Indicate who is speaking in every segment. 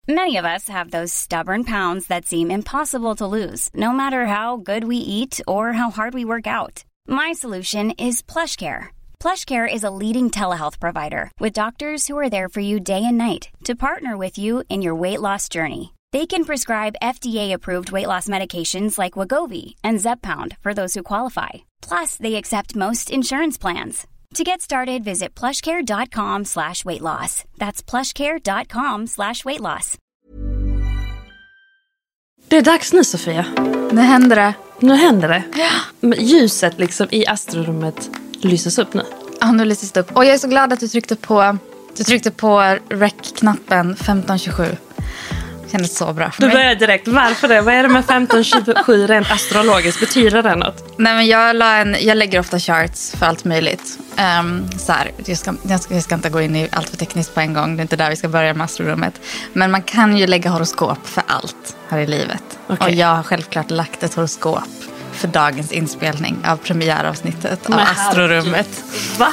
Speaker 1: Many of us have those stubborn pounds that seem impossible to lose, no matter how good we eat or how hard we work out. My solution is PlushCare. PlushCare is a leading telehealth provider with doctors who are there for you day and night to partner with you in your weight loss journey. They can prescribe FDA-approved weight loss medications like Wegovy and Zepbound for those who qualify. Plus, they accept most insurance plans. To get started, visit plushcare.com/weightloss. That's plushcare.com/weightloss.
Speaker 2: Det är dags nu, Sofia.
Speaker 3: Nu händer det.
Speaker 2: Nu händer det.
Speaker 3: Ja.
Speaker 2: Ljuset liksom i astrorummet lyses upp nu.
Speaker 3: Ja, nu lyses det upp. Och jag är så glad att du tryckte på rec-knappen 1527. Kändes så bra för mig.
Speaker 2: Du börjar direkt. Varför det? Vad är det med 1527 rent astrologiskt? Betyder det något?
Speaker 3: Nej, men jag lägger ofta charts för allt möjligt. Så här, jag ska inte gå in i allt för tekniskt på en gång. Det är inte där vi ska börja med astrorummet. Men man kan ju lägga horoskop för allt här i livet. Okay. Och jag har självklart lagt ett horoskop för dagens inspelning av premiäravsnittet av astrorummet.
Speaker 2: Va?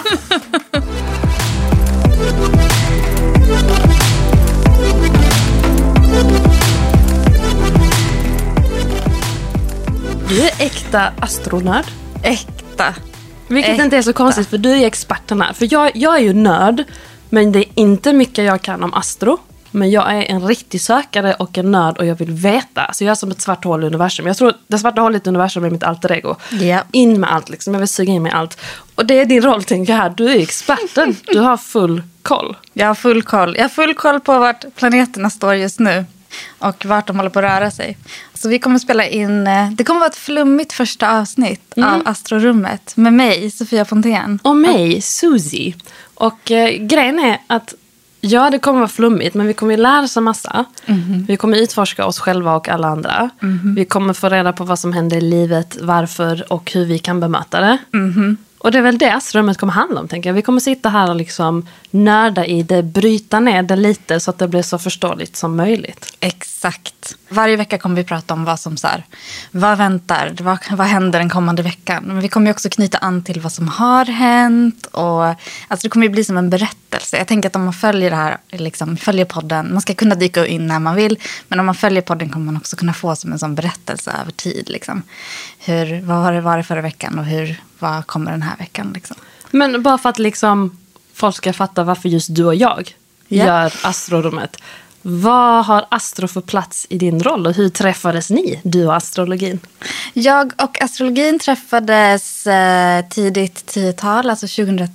Speaker 2: Du är äkta astronörd.
Speaker 3: Äkta.
Speaker 2: Vilket inte är så konstigt, för du är experten här. För jag är ju nörd, men det är inte mycket jag kan om astro. Men jag är en riktig sökare och en nörd och jag vill veta. Så jag är som ett svart hål i universum. Jag tror det svarta hålet i universum är mitt alter ego.
Speaker 3: Yeah.
Speaker 2: In med allt liksom, jag vill suga in med allt. Och det är din roll, tänker jag här. Du är experten, du har full koll.
Speaker 3: Jag har full koll. Jag har full koll på vart planeterna står just nu. Och vart de håller på att röra sig. Så vi kommer spela in... Det kommer vara ett flummigt första avsnitt av Astrorummet. Med mig, Sofia Fontén.
Speaker 2: Och mig, Susie. Och grejen är att... Ja, det kommer vara flummigt, men vi kommer lära oss en massa. Mm-hmm. Vi kommer utforska oss själva och alla andra. Mm-hmm. Vi kommer få reda på vad som händer i livet, varför och hur vi kan bemöta det. Mm-hmm. Och det är väl det astrorummet kommer handla om, tänker jag. Vi kommer sitta här och liksom nörda i det, bryta ner det lite så att det blir så förståeligt som möjligt.
Speaker 3: Exakt. Varje vecka kommer vi prata om vad som så här, vad väntar, vad händer den kommande veckan. Men vi kommer ju också knyta an till vad som har hänt. Och, alltså det kommer ju bli som en berättelse. Jag tänker att om man följer det här, liksom, följer podden, man ska kunna dyka in när man vill. Men om man följer podden kommer man också kunna få som en sån berättelse över tid. Liksom. Vad var det förra veckan och vad kommer den här veckan? Liksom.
Speaker 2: Men bara för att liksom, folk ska fatta varför just du och jag gör astrorummet. Vad har astro för plats i din roll och hur träffades ni, du och astrologin?
Speaker 3: Jag och astrologin träffades tidigt 10-tal, alltså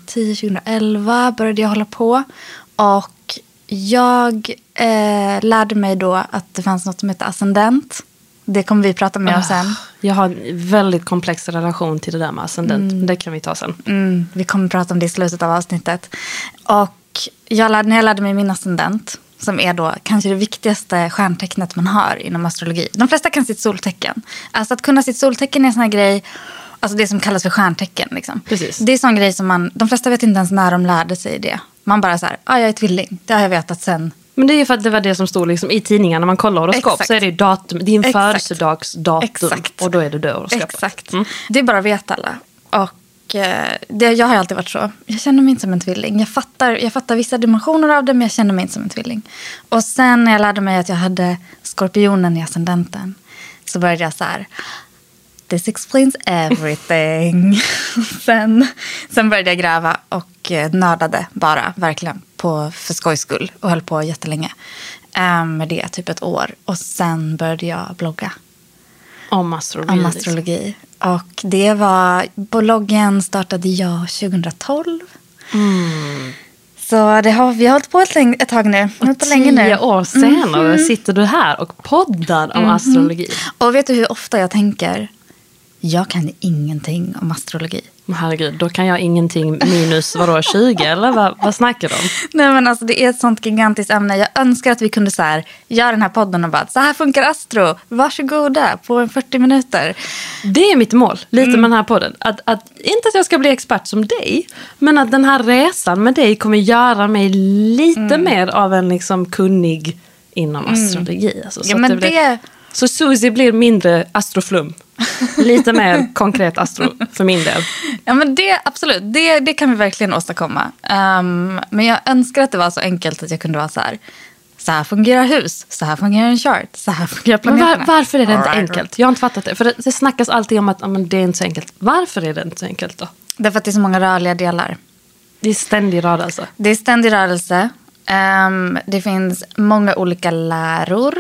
Speaker 3: 2010-2011 började jag hålla på. Och jag lärde mig då att det fanns något som heter ascendent. Det kommer vi prata mer om sen.
Speaker 2: Jag har en väldigt komplex relation till det där med ascendent. Det kan vi ta sen.
Speaker 3: Vi kommer prata om det i slutet av avsnittet. Och när jag lärde mig min ascendent, som är då kanske det viktigaste stjärntecknet man har inom astrologi. De flesta kan sitt soltecken. Alltså att kunna sitt soltecken är en sån här grej, alltså det som kallas för stjärntecken. Liksom.
Speaker 2: Precis.
Speaker 3: Det är en sån grej som de flesta vet inte ens när de lärde sig det. Man bara så här, jag är tvilling. Det har jag vetat sen.
Speaker 2: Men det är ju för att det var det som stod liksom i tidningarna. När man kollar horoskop. Exakt. Så är det datum, din födelsedagsdatum.
Speaker 3: Exakt.
Speaker 2: Och då är det horoskopet.
Speaker 3: Exakt. Det är bara att veta alla. Och jag har alltid varit så. Jag känner mig inte som en tvilling. Jag fattar vissa dimensioner av det, men jag känner mig inte som en tvilling. Och sen när jag lärde mig att jag hade skorpionen i ascendenten, så började jag så här: this explains everything. sen började jag gräva och nördade bara, verkligen, för skojs skull. Och höll på jättelänge med det, typ ett år. Och sen började jag blogga.
Speaker 2: Om astrologi.
Speaker 3: Och det var, bloggen startade jag 2012. Så vi har hållit på ett tag nu.
Speaker 2: Och 10 år senare sitter du här och poddar om astrologi.
Speaker 3: Och vet du hur ofta jag tänker, jag kan ingenting om astrologi.
Speaker 2: Herregud, då kan jag ingenting minus 20 eller vad snackar du om?
Speaker 3: Nej, men alltså det är ett sånt gigantiskt ämne. Jag önskar att vi kunde så här göra den här podden och bara, så här funkar astro. Varsågoda på 40 minuter.
Speaker 2: Det är mitt mål, lite med den här podden. Inte att jag ska bli expert som dig, men att den här resan med dig kommer göra mig lite mer av en liksom kunnig inom astrologi. Alltså, så,
Speaker 3: ja,
Speaker 2: så Susie blir mindre astroflum. Lite mer konkret astro för min del.
Speaker 3: Ja, men absolut. Det kan vi verkligen åstadkomma. Men jag önskar att det var så enkelt att jag kunde vara så här: Så här fungerar hus, så här fungerar en chart, så här fungerar planeterna.
Speaker 2: Men varför är det inte enkelt? Jag har inte fattat det. För det snackas alltid om att det är inte så enkelt. Varför är det inte så enkelt då?
Speaker 3: Därför att det är så många rörliga delar.
Speaker 2: Det är ständig rörelse.
Speaker 3: Det är ständig rörelse. Det finns många olika läror.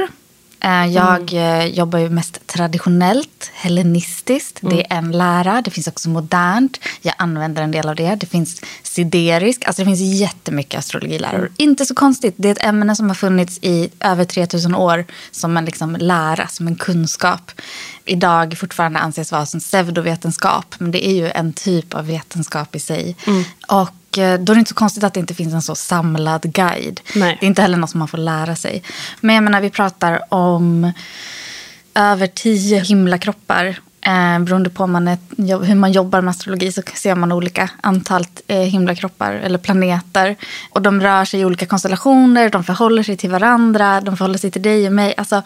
Speaker 3: Jag jobbar ju mest traditionellt, hellenistiskt. Det är en lära. Det finns också modernt. Jag använder en del av det. Det finns siderisk. Alltså det finns jättemycket astrologiläror. Inte så konstigt. Det är ett ämne som har funnits i över 3000 år som en liksom lära, som en kunskap. Idag fortfarande anses vara som pseudovetenskap. Men det är ju en typ av vetenskap i sig. Och då är det inte så konstigt att det inte finns en så samlad guide.
Speaker 2: Nej.
Speaker 3: Det är inte heller något som man får lära sig. Men jag menar, vi pratar om över 10 himlakroppar. Beroende på hur man jobbar med astrologi så ser man olika antal himlakroppar eller planeter. Och de rör sig i olika konstellationer, de förhåller sig till varandra, de förhåller sig till dig och mig. Alltså,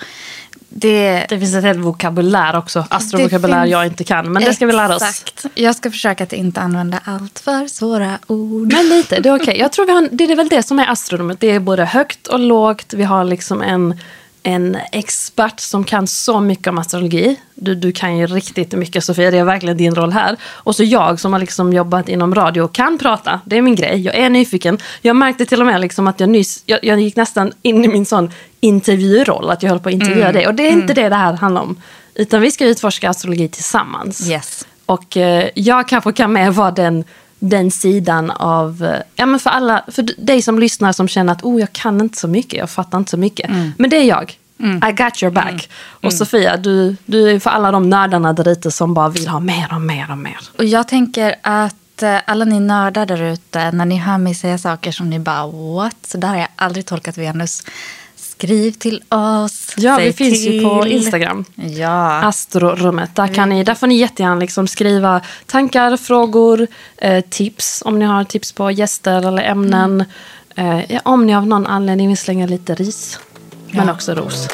Speaker 3: det finns
Speaker 2: ett helt vokabulär också. Astrovokabulär jag inte kan, men det ska vi lära oss.
Speaker 3: Exakt. Jag ska försöka att inte använda allt för svåra ord.
Speaker 2: Men lite, det är okej. Jag tror det är väl det som är astronomet. Det är både högt och lågt. Vi har liksom en expert som kan så mycket om astrologi. Du kan ju riktigt mycket, Sofia. Det är verkligen din roll här. Och så jag som har liksom jobbat inom radio och kan prata. Det är min grej. Jag är nyfiken. Jag märkte till och med liksom att jag gick nästan in i min sån intervjuroll. Att jag höll på att intervjua dig. Och det är inte det här handlar om. Utan vi ska utforska astrologi tillsammans.
Speaker 3: Yes.
Speaker 2: Och jag kanske kan med vara den sidan av, men för dig som lyssnar som känner att jag kan inte så mycket, jag fattar inte så mycket. Men det är jag. I got your back. Och Sofia, du är för alla de nördarna där ute som bara vill ha mer och mer och mer.
Speaker 3: Och jag tänker att alla ni nördar där ute, när ni hör mig säga saker som ni bara, what? Så där har jag aldrig tolkat Venus. Skriv till oss.
Speaker 2: Ja, vi finns ju på Instagram.
Speaker 3: Ja.
Speaker 2: Astrorummet. Där får ni jättegärna liksom skriva tankar, frågor, tips. Om ni har tips på gäster eller ämnen. Om ni av någon anledning vill slänga lite ris. Men också ros.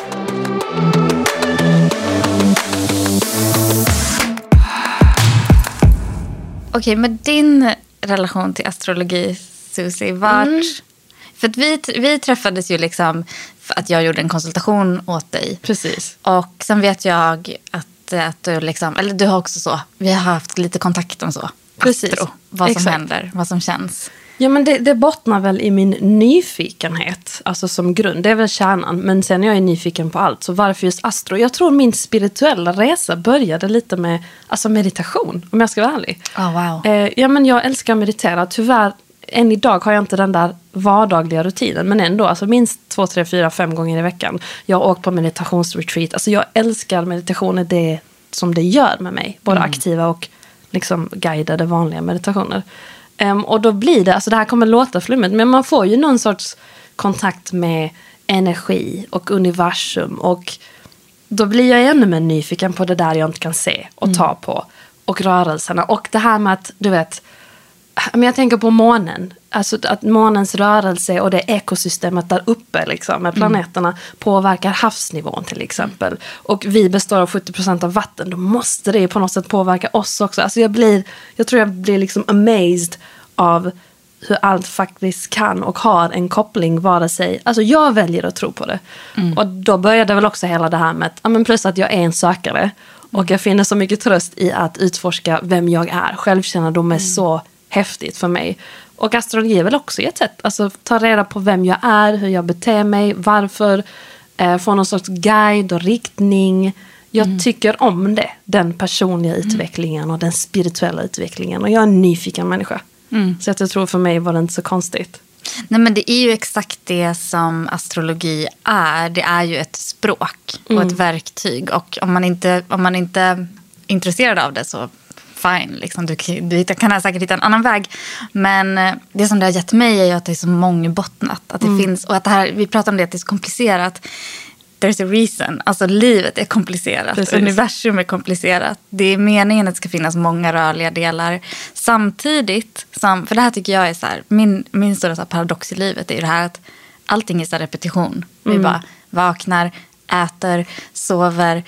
Speaker 3: Okej, med din relation till astrologi, Susie, för att vi träffades ju liksom för att jag gjorde en konsultation åt dig.
Speaker 2: Precis.
Speaker 3: Och sen vet jag att du liksom, eller du har också så, vi har haft lite kontakt om så.
Speaker 2: Precis.
Speaker 3: Astro, vad som händer, vad som känns.
Speaker 2: Ja, men det bottnar väl i min nyfikenhet, alltså som grund. Det är väl kärnan, men sen är jag nyfiken på allt. Så varför just astro? Jag tror min spirituella resa började lite med meditation, om jag ska vara ärlig.
Speaker 3: Oh, wow.
Speaker 2: Men jag älskar att meditera. Tyvärr, än idag har jag inte den där vardagliga rutinen. Men ändå, alltså minst 2, 3, 4, 5 gånger i veckan. Jag har åkt på meditationsretreat. Alltså jag älskar meditationer, det som det gör med mig. Både aktiva och liksom guidade vanliga meditationer. Och då blir det, alltså det här kommer låta flummigt, men man får ju någon sorts kontakt med energi och universum. Och då blir jag ännu mer nyfiken på det där jag inte kan se och ta på. Och rörelserna. Och det här med att, du vet, men jag tänker på månen. Alltså att månens rörelse och det ekosystemet där uppe liksom, med planeterna påverkar havsnivån till exempel. Och vi består av 70% av vatten. Då måste det på något sätt påverka oss också. Alltså jag tror jag blir liksom amazed av hur allt faktiskt kan och har en koppling vare sig. Alltså jag väljer att tro på det. Och då började väl också hela det här med att, plus att jag är en sökare. Och jag finner så mycket tröst i att utforska vem jag är. Självkännedom är så häftigt för mig. Och astrologi är väl också ett sätt. Alltså ta reda på vem jag är, hur jag beter mig, varför. Få någon sorts guide och riktning. Jag tycker om det. Den personliga utvecklingen och den spirituella utvecklingen. Och jag är en nyfiken människa. Så att jag tror för mig var det inte så konstigt.
Speaker 3: Nej, men det är ju exakt det som astrologi är. Det är ju ett språk och ett verktyg. Och om man inte är intresserad av det så fine, liksom. Du kan säkert hitta en annan väg. Men det som det har gett mig är ju att det är så mångbottnat. Att det finns, och att det här, vi pratar om det, att det är så komplicerat. There's a reason. Alltså livet är komplicerat. Precis. Universum är komplicerat. Det är meningen att det ska finnas många rörliga delar. Samtidigt, för det här tycker jag är så här, min stora så här paradox i livet är ju det här att allting är så här repetition. Vi bara vaknar, äter, sover,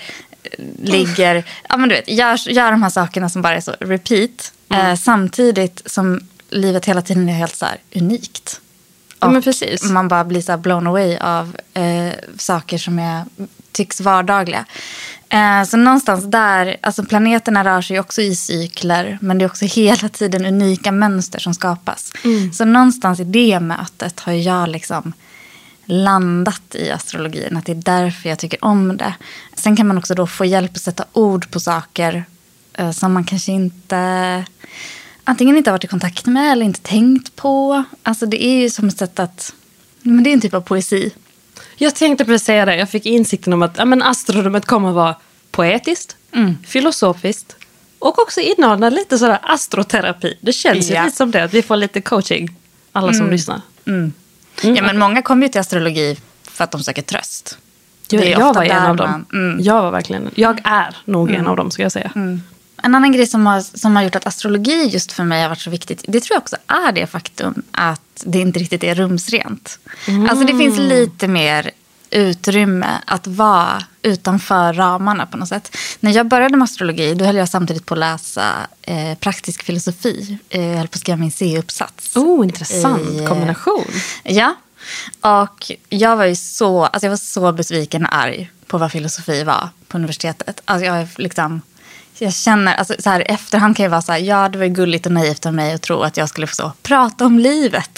Speaker 3: ligger, ja men du vet, gör de här sakerna som bara är så repeat. Samtidigt som livet hela tiden är helt så här unikt. Och
Speaker 2: men precis.
Speaker 3: man bara blir så här blown away av saker som tycks vardagliga. Så någonstans där, alltså planeterna rör sig också i cykler, men det är också hela tiden unika mönster som skapas. Så någonstans i det mötet har jag liksom landat i astrologin, att det är därför jag tycker om det. Sen kan man också då få hjälp att sätta ord på saker som man kanske antingen inte har varit i kontakt med eller inte tänkt på. Alltså det är ju som ett sätt att, men det är en typ av poesi.
Speaker 2: Jag tänkte precis säga det. Jag fick insikten om att astrorummet kommer att vara poetiskt, filosofiskt och också innehålla lite sådär astroterapi. Det känns ju lite som det, att vi får lite coaching, alla som lyssnar.
Speaker 3: Ja, men många kommer ju till astrologi för att de söker tröst.
Speaker 2: Jag var en av dem. Jag är nog en av dem, ska jag säga.
Speaker 3: En annan grej som har gjort att astrologi just för mig har varit så viktigt, det tror jag också är det faktum att det inte riktigt är rumsrent. Alltså det finns lite mer utrymme att vara utanför ramarna på något sätt. När jag började med astrologi, då höll jag samtidigt på att läsa praktisk filosofi. Jag höll på att skriva min C-uppsats.
Speaker 2: Intressant kombination.
Speaker 3: Ja, och jag var så besviken och arg på vad filosofi var på universitetet. Alltså jag känner, alltså så här efterhand kan jag vara så här, ja det var gulligt och naivt av mig att tro att jag skulle få prata om livet.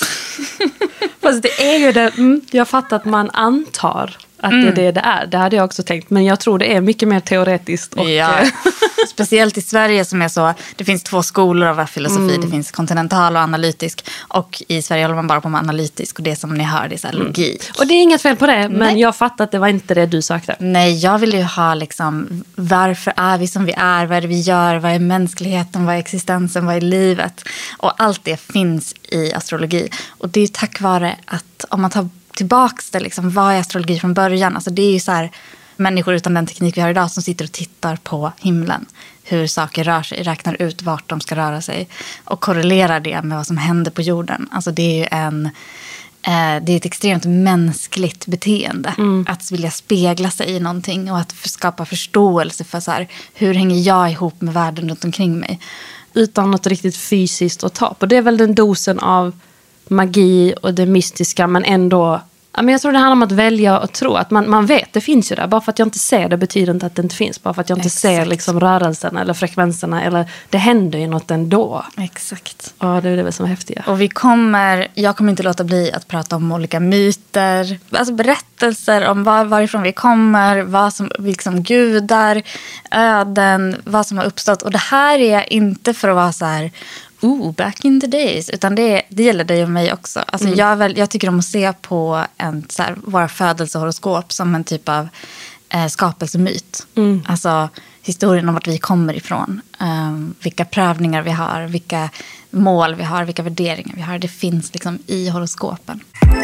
Speaker 2: Fast det är ju det, jag fattar att man antar att det är det är. Det hade jag också tänkt, men jag tror det är mycket mer teoretiskt. Och
Speaker 3: speciellt i Sverige som är så, det finns 2 skolor av filosofi, det finns kontinental och analytisk, och i Sverige håller man bara på med analytisk, och det som ni hör det är så här logik.
Speaker 2: Och det är inget fel på det, men jag fattar att det var inte det du sökte.
Speaker 3: Nej, jag vill ju ha liksom, varför är vi som vi är, vad är det vi gör, vad är mänskligheten, vad är existensen, vad är livet, och allt det finns i astrologi. Och det är tack vare att om man tar tillbaks det liksom, vad är astrologi från början, alltså det är ju så här människor utan den teknik vi har idag som sitter och tittar på himlen, hur saker rör sig, räknar ut vart de ska röra sig och korrelerar det med vad som händer på jorden. Alltså det är ju det är ett extremt mänskligt beteende att vilja spegla sig i någonting och att skapa förståelse för så här, hur hänger jag ihop med världen runt omkring mig
Speaker 2: utan något riktigt fysiskt att ta på. Det är väl den dosen av magi och det mystiska, men ändå, jag tror det handlar om att välja och tro att man vet, det finns ju där. Bara för att jag inte ser det betyder inte att det inte finns. Bara för att jag inte ser liksom rörelsen eller frekvenserna, eller det händer ju något ändå.
Speaker 3: Exakt.
Speaker 2: Ja, det är det som är häftiga.
Speaker 3: Och jag kommer inte låta bli att prata om olika myter, alltså berättelser om varifrån vi kommer, vad som liksom gudar, öden, vad som har uppstått. Och det här är inte för att vara så här back in the days, utan det gäller dig och mig också. Alltså jag tycker om att se på våra födelsehoroskop som en typ av skapelsemyt. Alltså historien om vart vi kommer ifrån, vilka prövningar vi har, vilka mål vi har, vilka värderingar vi har. Det finns liksom i horoskopen.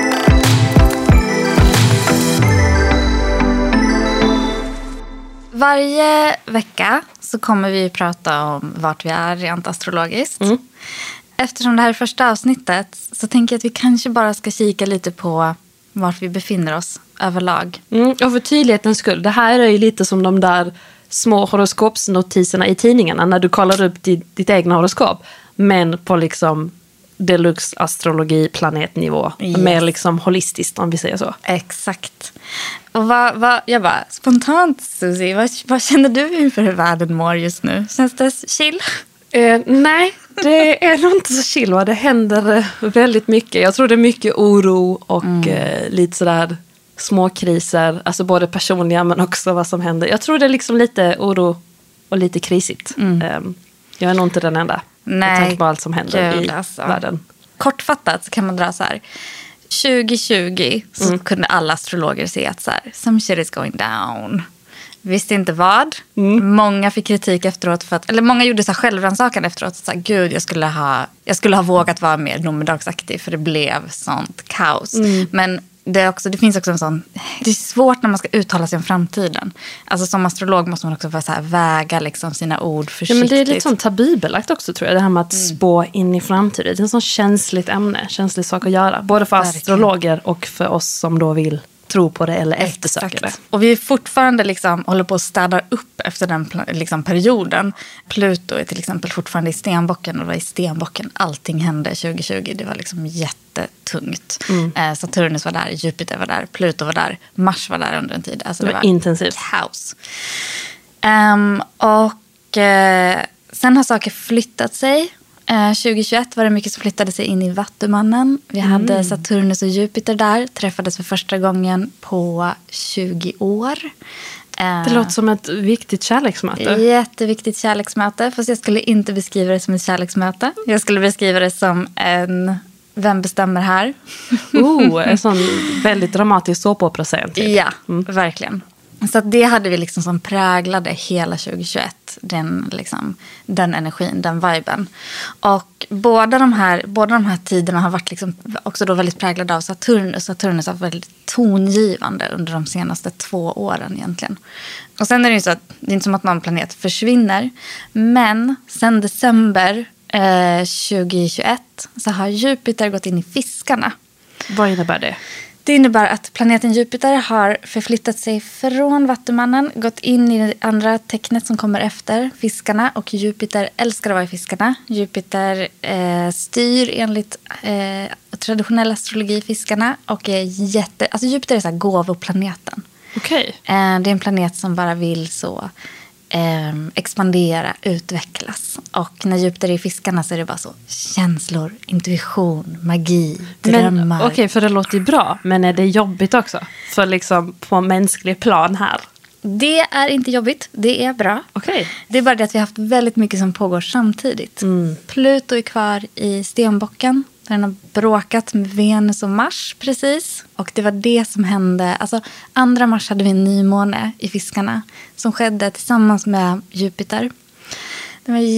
Speaker 3: Varje vecka så kommer vi prata om vart vi är rent astrologiskt. Eftersom det här är första avsnittet så tänker jag att vi kanske bara ska kika lite på vart vi befinner oss överlag.
Speaker 2: Och för tydlighetens skull, det här är ju lite som de där små horoskopsnotiserna i tidningarna när du kollar upp ditt egna horoskop. Men på liksom deluxe astrologi planetnivå. Yes. Mer liksom holistiskt, om vi säger så.
Speaker 3: Exakt. Och jag bara, spontant Susie, vad känner du inför hur världen mår just nu? Känns det chill?
Speaker 2: Nej, det är nog inte så chill. Va? Det händer väldigt mycket. Jag tror det är mycket oro och lite sådär små kriser. Alltså både personliga men också vad som händer. Jag tror det är liksom lite oro och lite krisigt. Jag är nog inte den enda.
Speaker 3: Nej,
Speaker 2: tänk på allt som händer i världen.
Speaker 3: Kortfattat så kan man dra så här. 2020 så kunde alla astrologer se att så här, some shit is going down. Visste inte vad. Många fick kritik efteråt eller många gjorde så här självrannsakan efteråt. Så här, gud, jag skulle ha vågat vara mer domedagsaktig för det blev sånt kaos. Men det finns också en sån, det är svårt när man ska uttala sig om framtiden. Alltså som astrolog måste man också så här väga liksom sina ord försiktigt.
Speaker 2: Ja, men det är lite sånt tabubelagt också, tror jag. Det här med att spå in i framtiden. Det är en sån känsligt ämne, känslig sak att göra. Både för astrologer och för oss som då vill tro på det eller eftersöka det.
Speaker 3: Och vi fortfarande liksom håller på att städa upp efter den liksom perioden. Pluto är till exempel fortfarande i stenbocken, och det var i stenbocken allting hände 2020. Det var liksom jättetungt. Saturnus var där, Jupiter var där, Pluto var där, Mars var där under en tid. Alltså
Speaker 2: det var intensivt.
Speaker 3: Kaos. Sen har saker flyttat sig. 2021 var det mycket som flyttade sig in i Vattumannen. Vi hade Saturnus och Jupiter där. Träffades för första gången på 20 år.
Speaker 2: Det låter som ett viktigt kärleksmöte.
Speaker 3: Jätteviktigt kärleksmöte. Fast jag skulle inte beskriva det som ett kärleksmöte. Jag skulle beskriva det som en... Vem bestämmer här?
Speaker 2: En sån väldigt dramatisk såpopera-scen. Typ.
Speaker 3: Ja, verkligen. Så att det hade vi liksom som präglade hela 2021. Den energin, den viben. Och båda de här tiderna har varit liksom också då väldigt präglade av Saturnus. Saturnus har varit väldigt tongivande under de senaste 2 åren egentligen. Och sen är det ju så att det är inte som att någon planet försvinner. Men sen december 2021 så har Jupiter gått in i Fiskarna.
Speaker 2: Vad innebär det?
Speaker 3: Det innebär att planeten Jupiter har förflyttat sig från Vattumannen, gått in i det andra tecknet som kommer efter, Fiskarna. Och Jupiter älskar att vara i Fiskarna. Jupiter styr enligt traditionell astrologi Fiskarna. Och är alltså Jupiter är så här gåvoplaneten.
Speaker 2: Okej.
Speaker 3: Det är en planet som bara vill så... expandera, utvecklas. Och när Jupiter är i Fiskarna så är det bara så känslor, intuition, magi, drömmar.
Speaker 2: Okej, för det låter ju bra. Men är det jobbigt också? För liksom på mänsklig plan här.
Speaker 3: Det är inte jobbigt, det är bra.
Speaker 2: Okej.
Speaker 3: Det är bara det att vi har haft väldigt mycket som pågår samtidigt. Pluto är kvar i stenbocken. Den har bråkat med Venus och Mars precis. Och det var det som hände. Alltså 2 mars hade vi en nymåne i Fiskarna. Som skedde tillsammans med Jupiter. Det var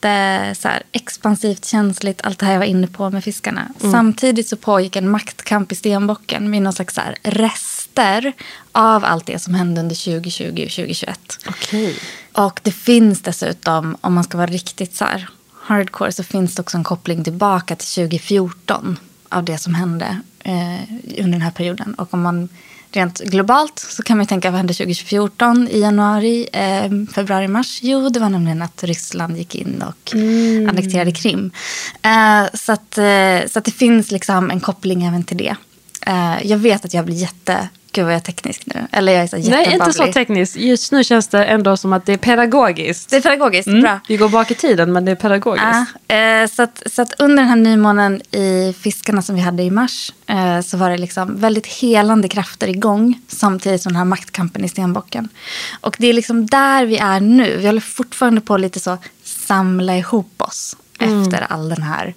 Speaker 3: expansivt, känsligt. Allt det här jag var inne på med Fiskarna. Samtidigt så pågick en maktkamp i stenbocken. Med någon slags så här rester av allt det som hände under 2020 och 2021.
Speaker 2: Okej.
Speaker 3: Och det finns dessutom, om man ska vara riktigt så här... hardcore, så finns det också en koppling tillbaka till 2014 av det som hände under den här perioden. Och om man rent globalt så kan man tänka, vad hände 2014 i januari, februari, mars? Jo, det var nämligen att Ryssland gick in och annekterade Krim. Så att det finns liksom en koppling även till det. Jag vet att jag blir Gud vad jag är teknisk nu. Eller jag är så
Speaker 2: Nej, inte så tekniskt. Just nu känns det ändå som att det är pedagogiskt.
Speaker 3: Det är pedagogiskt, bra.
Speaker 2: Vi går bak i tiden, men det är pedagogiskt.
Speaker 3: Så att under den här nymånen i Fiskarna som vi hade i mars så var det liksom väldigt helande krafter igång samtidigt som den här maktkampen i stenbocken. Och det är liksom där vi är nu. Vi håller fortfarande på lite så samla ihop oss efter all den här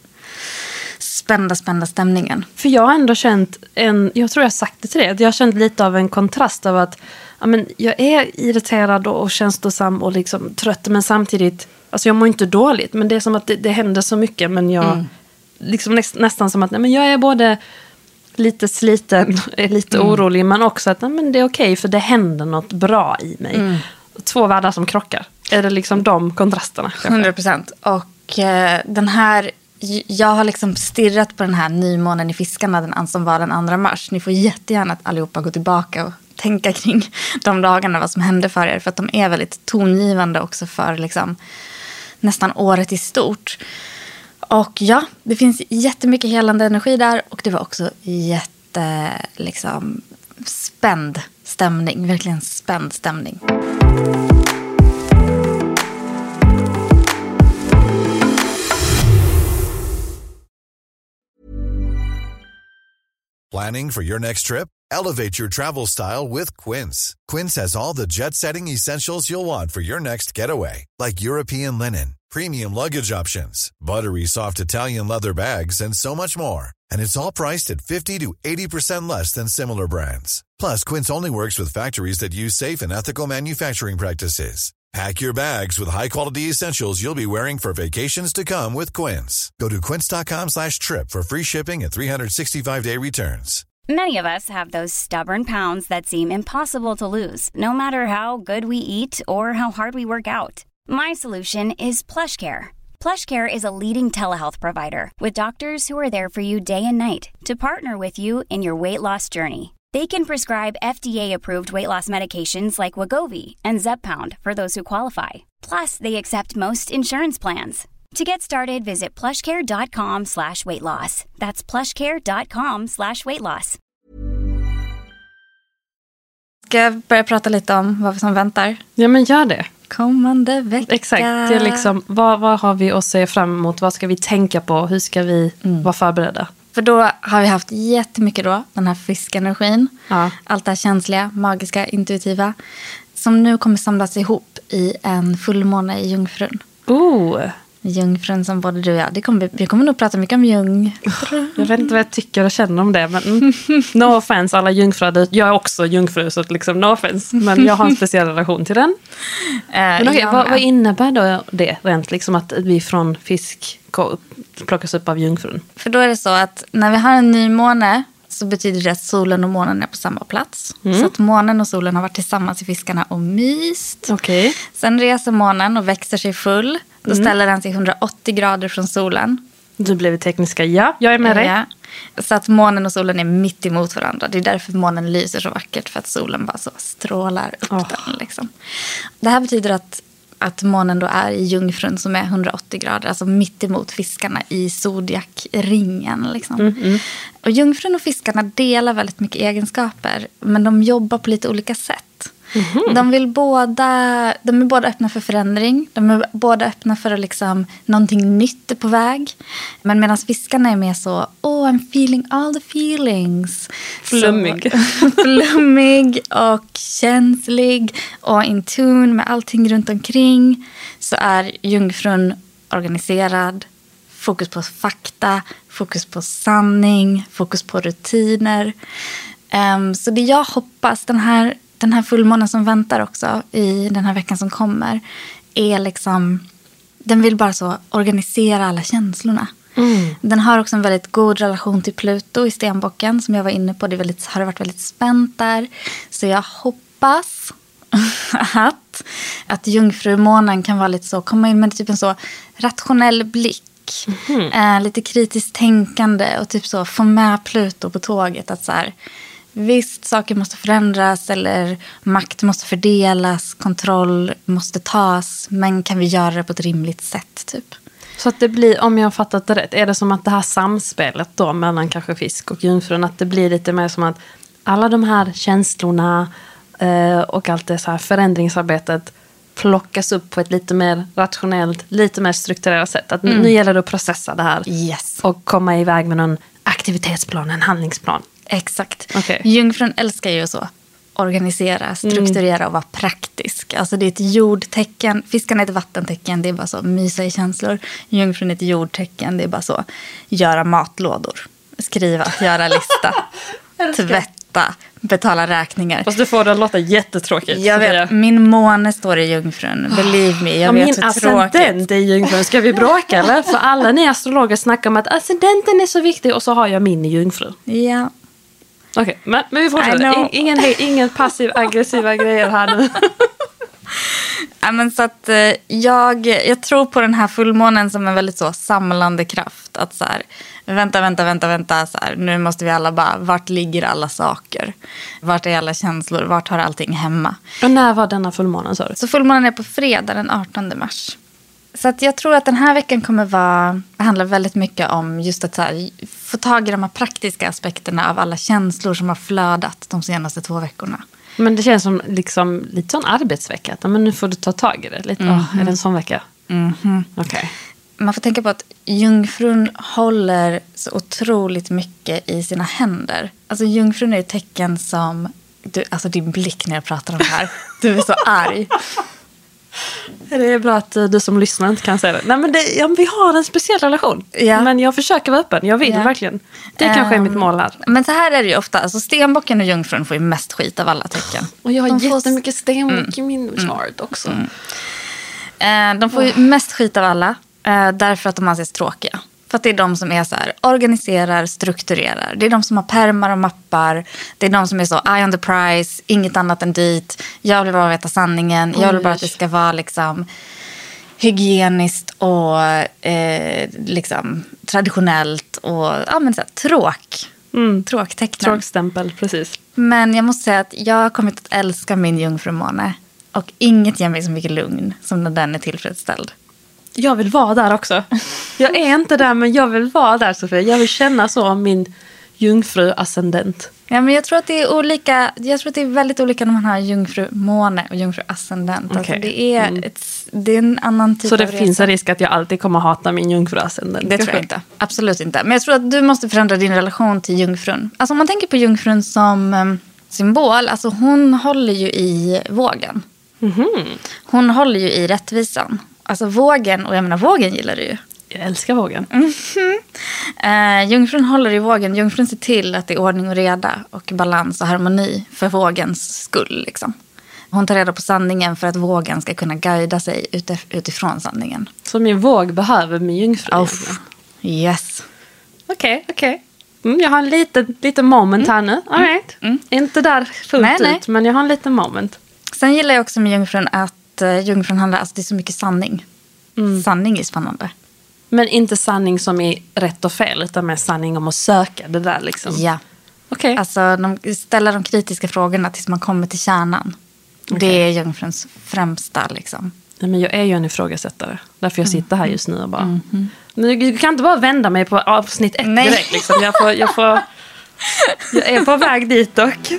Speaker 3: spända stämningen.
Speaker 2: För jag har ändå känt jag tror jag har sagt det till dig, att jag har känt lite av en kontrast av att jag är irriterad och känslosam och liksom trött, men samtidigt, alltså jag mår inte dåligt, men det är som att det händer så mycket, men jag liksom nästan som att jag är både lite sliten, lite orolig, men också att det är okej, för det händer något bra i mig. 2 världar som krockar. Är det liksom de kontrasterna?
Speaker 3: 100%. Och den här, jag har liksom stirrat på den här nymånen i Fiskarna, den som var den 2 mars. Ni får jättegärna att allihopa gå tillbaka och tänka kring de dagarna, vad som hände för er. För att de är väldigt tongivande också för liksom nästan året i stort. Och ja, det finns jättemycket helande energi där. Och det var också spänd stämning. Verkligen spänd stämning.
Speaker 4: Planning for your next trip? Elevate your travel style with Quince. Quince has all the jet-setting essentials you'll want for your next getaway, like European linen, premium luggage options, buttery soft Italian leather bags, and so much more. And it's all priced at 50 to 80% less than similar brands. Plus, Quince only works with factories that use safe and ethical manufacturing practices. Pack your bags with high-quality essentials you'll be wearing for vacations to come with Quince. Go to quince.com/trip for free shipping and 365-day returns.
Speaker 1: Many of us have those stubborn pounds that seem impossible to lose, no matter how good we eat or how hard we work out. My solution is PlushCare. PlushCare is a leading telehealth provider with doctors who are there for you day and night to partner with you in your weight loss journey. They can prescribe FDA-approved weight loss medications like Wegovy and Zepbound for those who qualify. Plus, they accept most insurance plans. To get started, visit plushcare.com/weightloss. That's plushcare.com/weightloss.
Speaker 3: Ska jag börja prata lite om vad som väntar?
Speaker 2: Ja, men gör det.
Speaker 3: Kommande vecka.
Speaker 2: Exakt, det är liksom, vad har vi att se fram emot? Vad ska vi tänka på? Hur ska vi vara förberedda?
Speaker 3: För då har vi haft jättemycket då, den här fiskenergin.
Speaker 2: Ja.
Speaker 3: Allt det här känsliga, magiska, intuitiva. Som nu kommer samlas ihop i en fullmåne i Jungfrun. Jungfrun som både du och jag. Vi kommer nog prata mycket om Jungfrun.
Speaker 2: Jag vet inte vad jag tycker och känner om det. Men no offense alla jungfrur. Jag är också jungfru så liksom no offense. Men jag har en speciell relation till den. Men okej, vad innebär då det rent liksom att vi från fisk plockas upp av jungfrun?
Speaker 3: För då är det så att när vi har en ny måne så betyder det att solen och månen är på samma plats. Så att månen och solen har varit tillsammans i fiskarna och myst.
Speaker 2: Okay.
Speaker 3: Sen reser månen och växer sig full. Då ställer den sig 180 grader från solen.
Speaker 2: Du blev tekniska, ja. Jag är med dig.
Speaker 3: Ja. Så att månen och solen är mitt emot varandra. Det är därför månen lyser så vackert. För att solen bara så strålar upp den. Liksom. Det här betyder att månen då är i Jungfrun som är 180 grader. Alltså mitt emot fiskarna i zodiakringen. Liksom. Och Jungfrun och fiskarna delar väldigt mycket egenskaper. Men de jobbar på lite olika sätt. De är båda öppna för förändring. De är båda öppna för att liksom, någonting nytt är på väg. Men medan fiskarna är mer så, I'm feeling all the feelings.
Speaker 2: Flummig.
Speaker 3: Flummig och känslig och in tune med allting runt omkring. Så är Jungfrun organiserad. Fokus på fakta, fokus på sanning, fokus på rutiner. Så det jag hoppas, den här fullmånen som väntar också i den här veckan som kommer är liksom, den vill bara så organisera alla känslorna. Den har också en väldigt god relation till Pluto i Stenbocken som jag var inne på. Det har varit väldigt spänt där. Så jag hoppas att jungfrumånen kan vara lite så, komma in med typ en så rationell blick. Lite kritiskt tänkande och typ så få med Pluto på tåget att så här, visst, saker måste förändras eller makt måste fördelas, kontroll måste tas, men kan vi göra det på ett rimligt sätt typ?
Speaker 2: Så att det blir, om jag har fattat det rätt, är det som att det här samspelet då mellan kanske fisk och jungfrun, att det blir lite mer som att alla de här känslorna och allt det så här förändringsarbetet plockas upp på ett lite mer rationellt, lite mer strukturerat sätt. Att nu gäller det att processa det här och komma iväg med någon aktivitetsplan, en handlingsplan.
Speaker 3: Exakt.
Speaker 2: Okay.
Speaker 3: Jungfrun älskar ju så. Organisera, strukturera och vara praktisk. Alltså det är ett jordtecken. Fiskarna är ett vattentecken. Det är bara så mysa i känslor. Jungfrun är ett jordtecken. Det är bara så göra matlådor. Skriva, göra lista. Tvätta, betala räkningar.
Speaker 2: Fast du får det att låta jättetråkigt.
Speaker 3: Jag vet, min måne står i Jungfrun. Believe me, jag vet hur tråkigt.
Speaker 2: Min ascendent är i Jungfrun. Ska vi bråka eller? För alla ni astrologer snackar om att ascendenten är så viktig. Och så har jag min i Jungfrun.
Speaker 3: Ja.
Speaker 2: Okej, men vi fortsätter. Ingen passiv-aggressiva grejer här nu.
Speaker 3: Ja, men så att jag tror på den här fullmånen som en väldigt så samlande kraft. Att så här, vänta. Så här, nu måste vi alla bara, vart ligger alla saker? Vart är alla känslor? Vart har allting hemma?
Speaker 2: Och när var denna fullmånen, sa du?
Speaker 3: Så fullmånen är på fredag den 18 mars. Så att jag tror att den här veckan kommer handla väldigt mycket om just att så här, få tag i de här praktiska aspekterna av alla känslor som har flödat de senaste 2 veckorna.
Speaker 2: Men det känns som liksom, lite sån arbetsvecka. Att, men nu får du ta tag i det. Lite, är det en sån vecka? Okay.
Speaker 3: Man får tänka på att jungfrun håller så otroligt mycket i sina händer. Alltså jungfrun är ett tecken som... alltså din blick när jag pratar om det här. Du är så arg.
Speaker 2: Det är bra att du som lyssnar inte kan säga det. Nej, men vi har en speciell relation. Ja. Men jag försöker vara öppen. Jag vill verkligen. Det kanske är mitt mål här.
Speaker 3: Men så här är det ju ofta. Alltså Stenbocken och jungfrun får ju mest skit av alla tecken.
Speaker 2: Och jag har jättemycket stenbock i min chart också.
Speaker 3: De får ju mest skit av alla. Därför att de anses tråkiga. För att det är de som är så här, organiserar, strukturerar. Det är de som har pärmar och mappar. Det är de som är så, eye on the prize, inget annat än dit. Jag vill bara veta sanningen. Jag vill bara att det ska vara liksom hygieniskt och liksom traditionellt och men så här, Tråktecknen.
Speaker 2: Tråkstämpel, precis.
Speaker 3: Men jag måste säga att jag har kommit att älska min jungfrumåne. Och inget ger mig så mycket lugn som när den är tillfredsställd.
Speaker 2: Jag vill vara där också. Jag är inte där, men jag vill vara där, Sofia. Jag vill känna så om min jungfru-ascendent.
Speaker 3: Ja, men jag tror att det är olika. Jag tror att det är väldigt olika när man har jungfrumåne och jungfru-ascendent. Alltså det är en annan typ av resa.
Speaker 2: Så det finns en risk att jag alltid kommer hata min jungfru-ascendent?
Speaker 3: Det tror jag inte. Absolut inte. Men jag tror att du måste förändra din relation till jungfrun. Alltså om man tänker på jungfrun som symbol. Alltså hon håller ju i vågen. Mm-hmm. Hon håller ju i rättvisan. Alltså vågen, och jag menar vågen gillar du ju.
Speaker 2: Jag älskar vågen.
Speaker 3: Jungfrun håller i vågen. Jungfrun ser till att det är ordning och reda och balans och harmoni för vågens skull. Liksom. Hon tar reda på sanningen för att vågen ska kunna guida sig utifrån sanningen.
Speaker 2: Så min våg behöver min jungfru?
Speaker 3: Yes.
Speaker 2: Okej. Jag har en liten moment här nu. All right. Inte där fullt ut, men jag har en liten moment.
Speaker 3: Sen gillar jag också med jungfrun att jungfrun handlar, alltså det är så mycket sanning. Sanning är spännande.
Speaker 2: Men inte sanning som är rätt och fel, utan med sanning om att söka det där liksom.
Speaker 3: Ja.
Speaker 2: Okej.
Speaker 3: Alltså ställa de kritiska frågorna tills man kommer till kärnan. Det är jungfruns främsta liksom.
Speaker 2: Nej, men jag är ju en ifrågasättare. Därför jag sitter här just nu och bara... Men du kan inte bara vända mig på avsnitt 1 direkt liksom. Jag är på väg dit dock.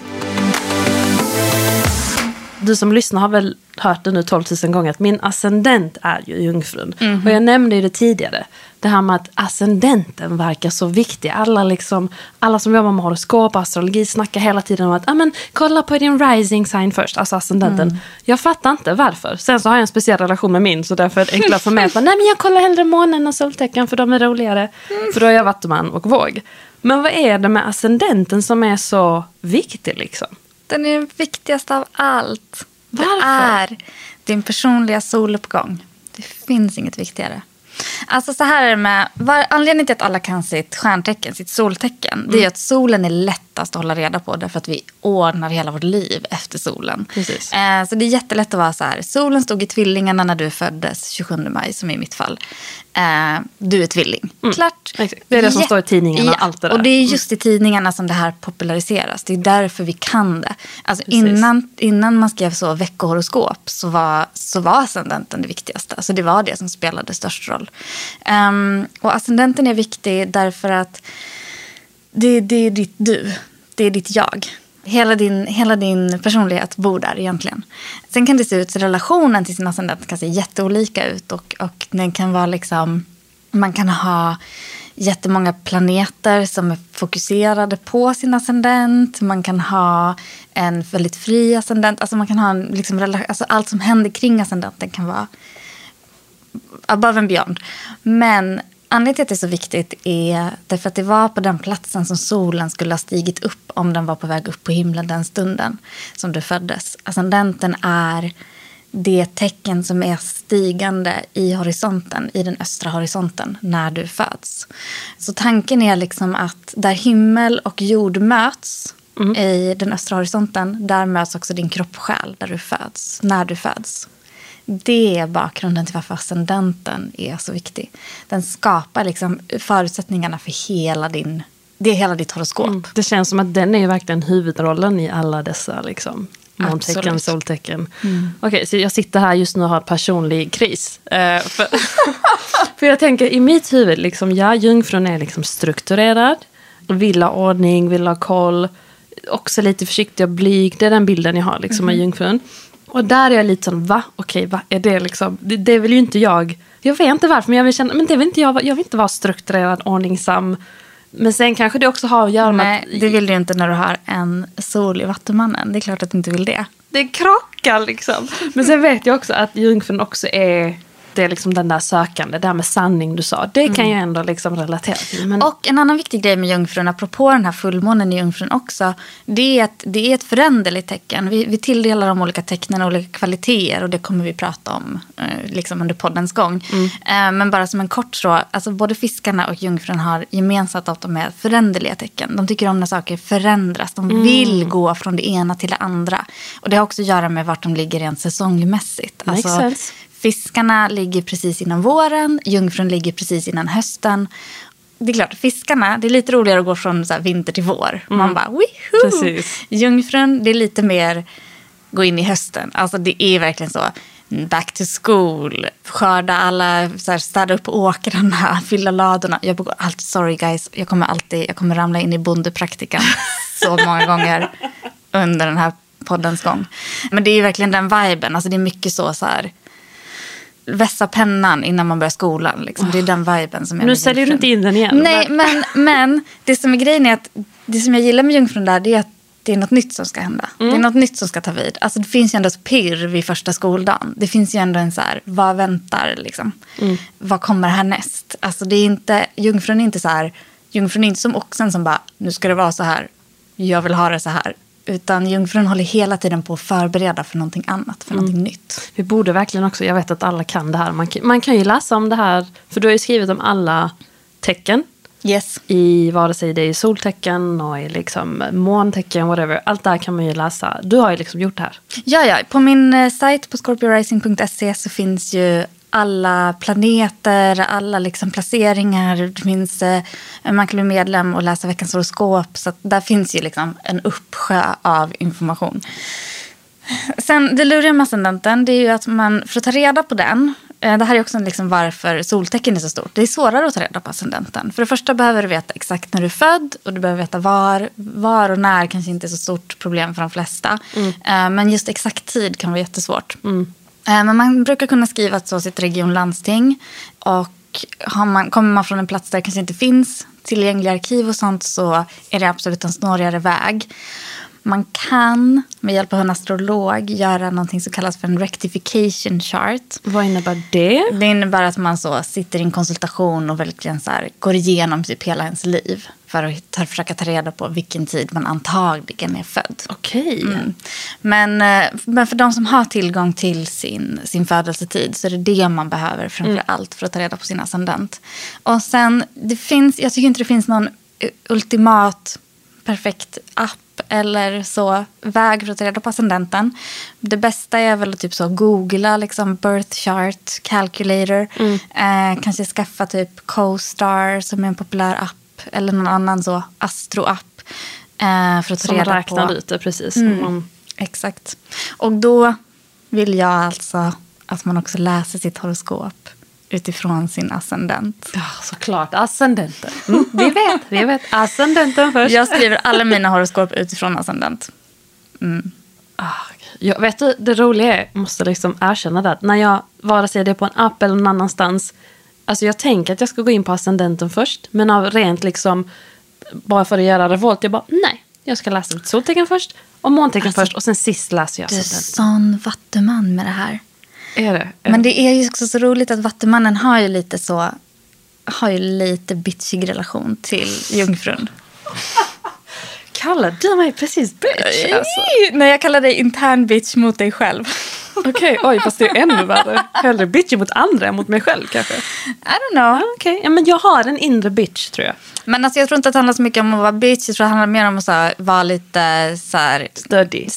Speaker 2: Du som lyssnar har väl hört det nu 12 000 gånger att min ascendent är ju jungfrun. Och jag nämnde ju det tidigare. Det här med att ascendenten verkar så viktig. Alla som jobbar med horoskop och astrologi snackar hela tiden om att kolla på din rising sign först, alltså ascendenten. Jag fattar inte varför. Sen så har jag en speciell relation med min, så därför är det enklare för mig att nej, men jag kollar hellre månen och soltecken för de är roligare. För då är jag vattuman och våg. Men vad är det med ascendenten som är så viktig liksom?
Speaker 3: Den är den viktigaste av allt.
Speaker 2: Varför?
Speaker 3: Det är din personliga soluppgång. Det finns inget viktigare. Alltså så här är det med... Anledningen till att alla kan sitt stjärntecken, sitt soltecken, det är att solen är lättast att hålla reda på därför att vi ordnar hela vårt liv efter solen.
Speaker 2: Precis.
Speaker 3: Så det är jättelätt att vara så här. Solen stod i tvillingarna när du föddes 27 maj, som i mitt fall. Du är tvilling. Klart.
Speaker 2: Exakt. Det är det som står i tidningarna. Allt det där.
Speaker 3: Och det är just i tidningarna som det här populariseras. Det är därför vi kan det. Alltså innan man skrev så veckohoroskop så var ascendenten det viktigaste. Alltså det var det som spelade störst roll. Och ascendenten är viktig därför att det är ditt du. Det är ditt jag. Hela din personlighet bor där egentligen. Sen kan det se ut så relationen till sin ascendent kan se jätteolika ut. Och den kan vara liksom... Man kan ha jättemånga planeter som är fokuserade på sin ascendent. Man kan ha en väldigt fri ascendent. Alltså man kan ha alltså allt som händer kring ascendenten kan vara above and beyond. Men anledningen till att det är så viktigt är därför att det var på den platsen som solen skulle ha stigit upp om den var på väg upp på himlen den stunden som du föddes. Ascendenten är det tecken som är stigande i horisonten, i den östra horisonten när du föds. Så tanken är liksom att där himmel och jord möts i den östra horisonten, där möts också din kropp och själ där du föds, när du föds. Det är bakgrunden till varför ascendenten är så viktig. Den skapar liksom förutsättningarna för hela ditt horoskop.
Speaker 2: Det känns som att den är ju verkligen huvudrollen i alla dessa liksom, måntecken, soltecken. Okej, så jag sitter här just nu och har personlig kris. För jag tänker i mitt huvud, liksom, jungfrun är liksom strukturerad, vill ha ordning, vill ha koll, också lite försiktig och blyg. Det är den bilden jag har liksom, av jungfrun. Och där är jag lite sån, Okej, vad är det liksom? Det vill ju inte jag. Jag vet inte varför, men jag vill känna, men det vill inte jag vill inte vara strukturerad, ordningsam. Men sen kanske det också har att göra med
Speaker 3: att... det vill du inte när du har en sol i vattumannen. Det är klart att du inte vill det.
Speaker 2: Det krockar liksom. Men sen vet jag också att jungfrun också är... Det är liksom den där sökande, det här med sanning du sa. Det kan jag ändå liksom relatera till. Men...
Speaker 3: Och en annan viktig grej med jungfrun, apropå den här fullmånen i jungfrun också, det är att det är ett föränderligt tecken. Vi tilldelar de olika tecknen olika kvaliteter och det kommer vi prata om liksom under poddens gång. Men bara som en kort så, alltså både fiskarna och jungfrun har gemensamt att de är föränderliga tecken. De tycker om när saker förändras. De vill gå från det ena till det andra. Och det har också att göra med vart de ligger rent säsongmässigt.
Speaker 2: Makes sense.
Speaker 3: Fiskarna ligger precis innan våren, jungfrun ligger precis innan hösten. det är klart, fiskarna, det är lite roligare att gå från så här vinter till vår. Man bara, wihoo!
Speaker 2: Precis.
Speaker 3: Jungfrun, det är lite mer gå in i hösten. Alltså det är verkligen så, back to school, skörda alla, så här, städa upp åkrarna, fylla ladorna. Jag begår alltid, sorry guys, jag kommer ramla in i bondepraktikan så många gånger under den här poddens gång. Men det är verkligen den viben, alltså det är mycket så här vässa pennan innan man börjar skolan. Liksom. Det är den viben som är.
Speaker 2: Nu säljer du inte in den igen.
Speaker 3: Nej, men det som är grejen är att det som jag gillar med Jungfrun där, det är att det är något nytt som ska hända. Det är något nytt som ska ta vid. Alltså det finns ju ändå ett pirr vid första skoldagen. Det finns ju ändå en så här, vad väntar liksom? Vad kommer härnäst? Alltså det är inte, Jungfrun är inte så här, Jungfrun är inte som oxen som bara, nu ska det vara så här, jag vill ha det så här. Utan Jungfrun håller hela tiden på att förbereda för någonting annat, för någonting nytt.
Speaker 2: Vi borde verkligen också, jag vet att alla kan det här. Man kan ju läsa om det här, för du har ju skrivit om alla tecken.
Speaker 3: Yes.
Speaker 2: I vare sig det är soltecken och i liksom måntecken, whatever. Allt där kan man ju läsa. Du har ju liksom gjort det här.
Speaker 3: Ja. På min sajt på scorpiorising.se så finns ju alla planeter, alla liksom placeringar. Det finns, man kan bli medlem och läsa veckans horoskop. Så att där finns ju liksom en uppsjö av information. Sen det luriga med ascendenten, det är ju att man, för att ta reda på den, det här är också liksom varför soltecken är så stort. Det är svårare att ta reda på ascendenten. För det första behöver du veta exakt när du är född och du behöver veta var och när kanske inte är så stort problem för de flesta. Men just exakt tid kan vara jättesvårt. Men man brukar kunna skriva så sitt regionlandsting och kommer man från en plats där det kanske inte finns tillgängliga arkiv och sånt så är det absolut en snårigare väg. Man kan med hjälp av en astrolog göra någonting som kallas för en rectification chart.
Speaker 2: Vad innebär det?
Speaker 3: Det innebär att man så sitter i en konsultation och verkligen så här går igenom typ hela ens liv för att försöka ta reda på vilken tid man antagligen är född.
Speaker 2: Okej.
Speaker 3: Men för de som har tillgång till sin födelsetid så är det man behöver framför allt för att ta reda på sin ascendent. Och sen, jag tycker inte det finns någon ultimat perfekt app eller så väg för att ta reda på ascendenten. Det bästa är väl att typ så googla liksom birth chart calculator. Kanske skaffa typ CoStar som är en populär app eller någon annan så astroapp för att ta reda på. Som
Speaker 2: räknar ut det precis.
Speaker 3: Exakt. Och då vill jag alltså att man också läser sitt horoskop utifrån sin ascendent.
Speaker 2: Ja, såklart. Ascendenten. Vi vet. Ascendenten först.
Speaker 3: Jag skriver alla mina horoskop utifrån ascendent.
Speaker 2: Jag vet du, det roliga är, jag måste liksom erkänna det, att när jag vare sig det är på en app eller någon annanstans, alltså jag tänker att jag ska gå in på ascendenten först, men av rent liksom, bara för att göra revolt, jag bara, nej, jag ska läsa ett soltecken först och måntecken först och sen sist läser jag ascendenten.
Speaker 3: Du är sån vattuman med det här.
Speaker 2: Är det?
Speaker 3: Men det är ju också så roligt att vattumannen har ju lite bitchig relation till Jungfrun.
Speaker 2: Kallar du mig precis bitch? Alltså.
Speaker 3: Nej, jag kallar dig intern bitch mot dig själv.
Speaker 2: Okej, oj, fast det är ännu värre. Hellre bitch mot andra än mot mig själv kanske.
Speaker 3: I don't know.
Speaker 2: Okej, ja, men jag har en inre bitch tror jag.
Speaker 3: Men alltså, jag tror inte att det handlar så mycket om att vara bitch. Jag tror att det handlar mer om att vara lite så här
Speaker 2: stöddig.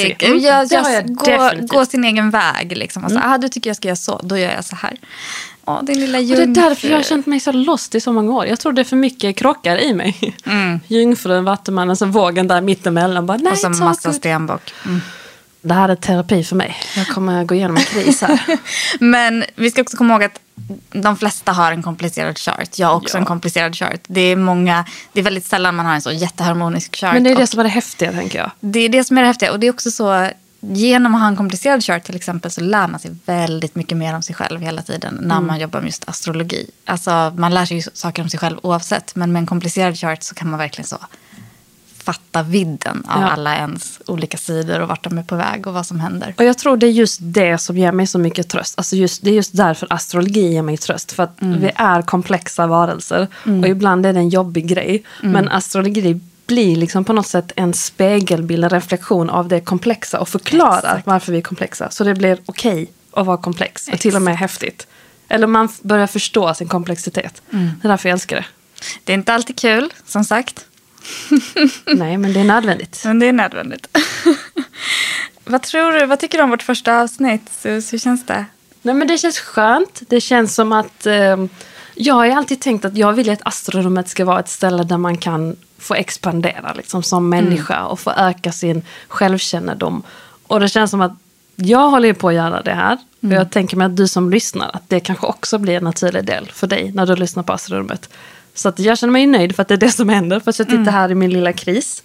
Speaker 3: Gå sin egen väg. Liksom. Alltså, du tycker jag ska göra så, då gör jag så här. Din lilla
Speaker 2: och det är därför jag har känt mig så lost i så många år. Jag tror det är för mycket krockar i mig. Jungfrun, vattumannen, så vågen där mittemellan. Bara, nej,
Speaker 3: och så massa stenbock.
Speaker 2: Det här är terapi för mig. Jag kommer gå igenom en kris här.
Speaker 3: Men vi ska också komma ihåg att de flesta har en komplicerad chart. Jag har också en komplicerad chart. Det är väldigt sällan man har en så jätteharmonisk chart.
Speaker 2: Men det är det som är det häftiga, tänker jag.
Speaker 3: Det är det som är det häftiga. Och det är också så, genom att ha en komplicerad chart till exempel, så lär man sig väldigt mycket mer om sig själv hela tiden när man jobbar med just astrologi. Alltså man lär sig ju saker om sig själv oavsett. Men med en komplicerad chart så kan man verkligen så fatta vidden av alla ens olika sidor och vart de är på väg och vad som händer.
Speaker 2: Och jag tror det är just det som ger mig så mycket tröst. Alltså det är just därför astrologi ger mig tröst. För att vi är komplexa varelser. Och ibland är det en jobbig grej. Men astrologi blir liksom på något sätt en spegelbild, en reflektion av det komplexa. Och förklarar varför vi är komplexa. Så det blir okej att vara komplex. Och till och med häftigt. Eller man börjar förstå sin komplexitet. Det är därför jag älskar det.
Speaker 3: Det är inte alltid kul, som sagt.
Speaker 2: Nej, men det är nödvändigt.
Speaker 3: Men det är nödvändigt. Vad tror du? Vad tycker du om vårt första avsnitt? Hur känns det?
Speaker 2: Nej, men det känns skönt. Det känns som att Jag har ju alltid tänkt att jag vill att astrorummet ska vara ett ställe där man kan få expandera liksom, som människa och få öka sin självkännedom. Och det känns som att jag håller på att göra det här. Och jag tänker mig att du som lyssnar, att det kanske också blir en naturlig del för dig när du lyssnar på astrorummet. Så att jag känner mig nöjd för att det är det som händer. För att jag tittar här i min lilla kris.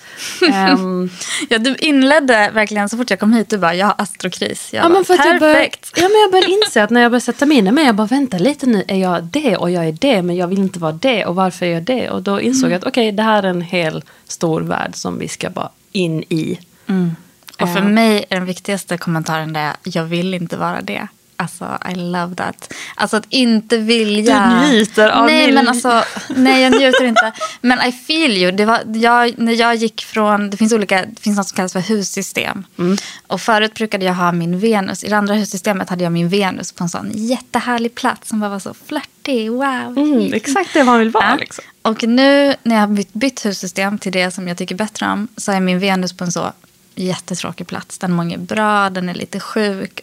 Speaker 3: Ja, du inledde verkligen så fort jag kom hit. Du bara, jag har astrokris.
Speaker 2: Men för att perfekt. Jag började inse att när jag började sätta mig in med, jag bara, vänta lite nu. Är jag det och jag är det, men jag vill inte vara det. Och varför är jag det? Och då insåg jag att okej, det här är en hel stor värld som vi ska bara in i.
Speaker 3: Och för mig är den viktigaste kommentaren det, jag vill inte vara det. Alltså, I love that. Alltså att inte vilja...
Speaker 2: Du njuter av
Speaker 3: nej, jag njuter inte. Men I feel you. När jag gick från... Det finns något som kallas för hussystem. Och förut brukade jag ha min Venus. I det andra hussystemet hade jag min Venus på en sån jättehärlig plats som bara var så flörtig. Wow.
Speaker 2: Exakt det man vill vara. Liksom.
Speaker 3: Och nu när jag har bytt hussystem till det som jag tycker bättre om, så är min Venus på en så jättetråkig plats. Den mår bra, den är lite sjuk.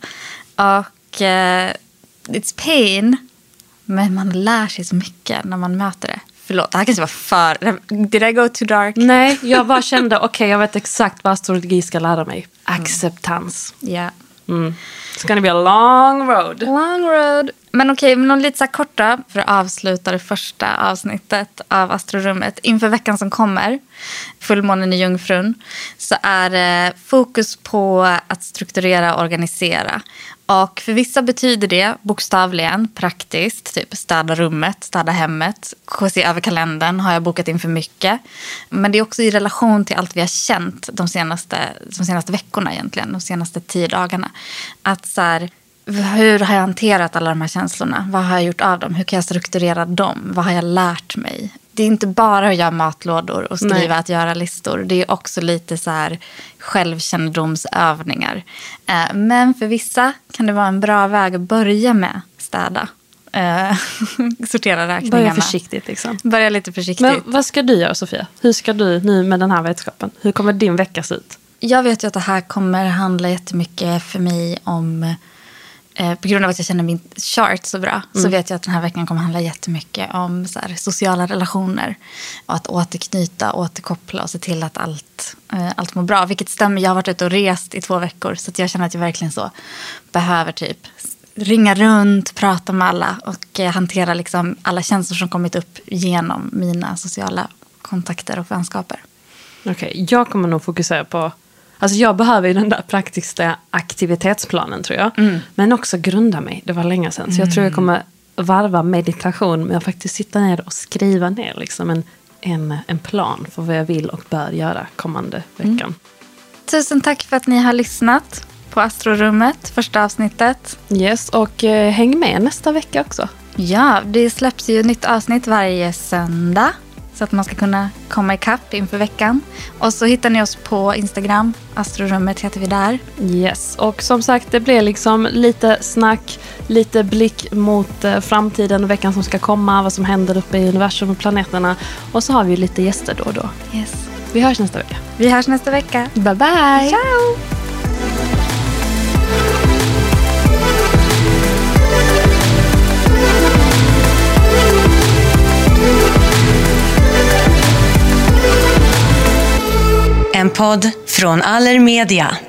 Speaker 3: Och it's pain. Men man lär sig så mycket när man möter det. Förlåt, det här kanske var Did I go too dark?
Speaker 2: Nej, jag bara kände, okej, jag vet exakt vad astrologi ska lära mig. Acceptans.
Speaker 3: Ja.
Speaker 2: It's gonna be a long road.
Speaker 3: Long road. Men okej, men lite så här korta för att avsluta det första avsnittet av Astrorummet. Inför veckan som kommer, fullmånen i Jungfrun, så är det fokus på att strukturera och organisera. Och för vissa betyder det bokstavligen, praktiskt, typ städa rummet, städa hemmet, se över kalendern, har jag bokat in för mycket. Men det är också i relation till allt vi har känt de senaste veckorna egentligen, de senaste 10 dagarna. Att så här, hur har jag hanterat alla de här känslorna? Vad har jag gjort av dem? Hur kan jag strukturera dem? Vad har jag lärt mig? Det är inte bara att göra matlådor och skriva att göra listor. Det är också lite så här självkännedomsövningar. Men för vissa kan det vara en bra väg att börja med städa. Sortera räkningarna.
Speaker 2: Börja försiktigt liksom.
Speaker 3: Börja lite försiktigt.
Speaker 2: Men vad ska du göra, Sofia? Hur ska du nu med den här vetskapen? Hur kommer din vecka se ut?
Speaker 3: Jag vet ju att det här kommer handla jättemycket för mig om... På grund av att jag känner min chart så bra så vet jag att den här veckan kommer handla jättemycket om så här, sociala relationer. Och att återknyta, återkoppla och se till att allt mår bra. Vilket stämmer, jag har varit ute och rest i 2 veckor. Så att jag känner att jag verkligen så behöver typ ringa runt, prata med alla. Och hantera liksom alla känslor som kommit upp genom mina sociala kontakter och vänskaper.
Speaker 2: Okej, jag kommer nog fokusera på... Alltså jag behöver ju den där praktiska aktivitetsplanen tror jag. Men också grunda mig. Det var länge sedan. Så jag tror jag kommer varva meditation med att faktiskt sitta ner och skriva ner liksom en plan för vad jag vill och bör göra kommande veckan.
Speaker 3: Tusen tack för att ni har lyssnat på Astrorummet, första avsnittet.
Speaker 2: Yes, och häng med nästa vecka också.
Speaker 3: Ja, det släpps ju ett nytt avsnitt varje söndag. Så att man ska kunna komma ikapp inför veckan. Och så hittar ni oss på Instagram. Astrorummet heter vi där.
Speaker 2: Yes, och som sagt det blir liksom lite snack, lite blick mot framtiden och veckan som ska komma. Vad som händer uppe i universum och planeterna. Och så har vi lite gäster då och då.
Speaker 3: Yes.
Speaker 2: Vi hörs nästa vecka.
Speaker 3: Vi hörs nästa vecka.
Speaker 2: Bye bye.
Speaker 3: Ciao.
Speaker 5: En podd från Allermedia.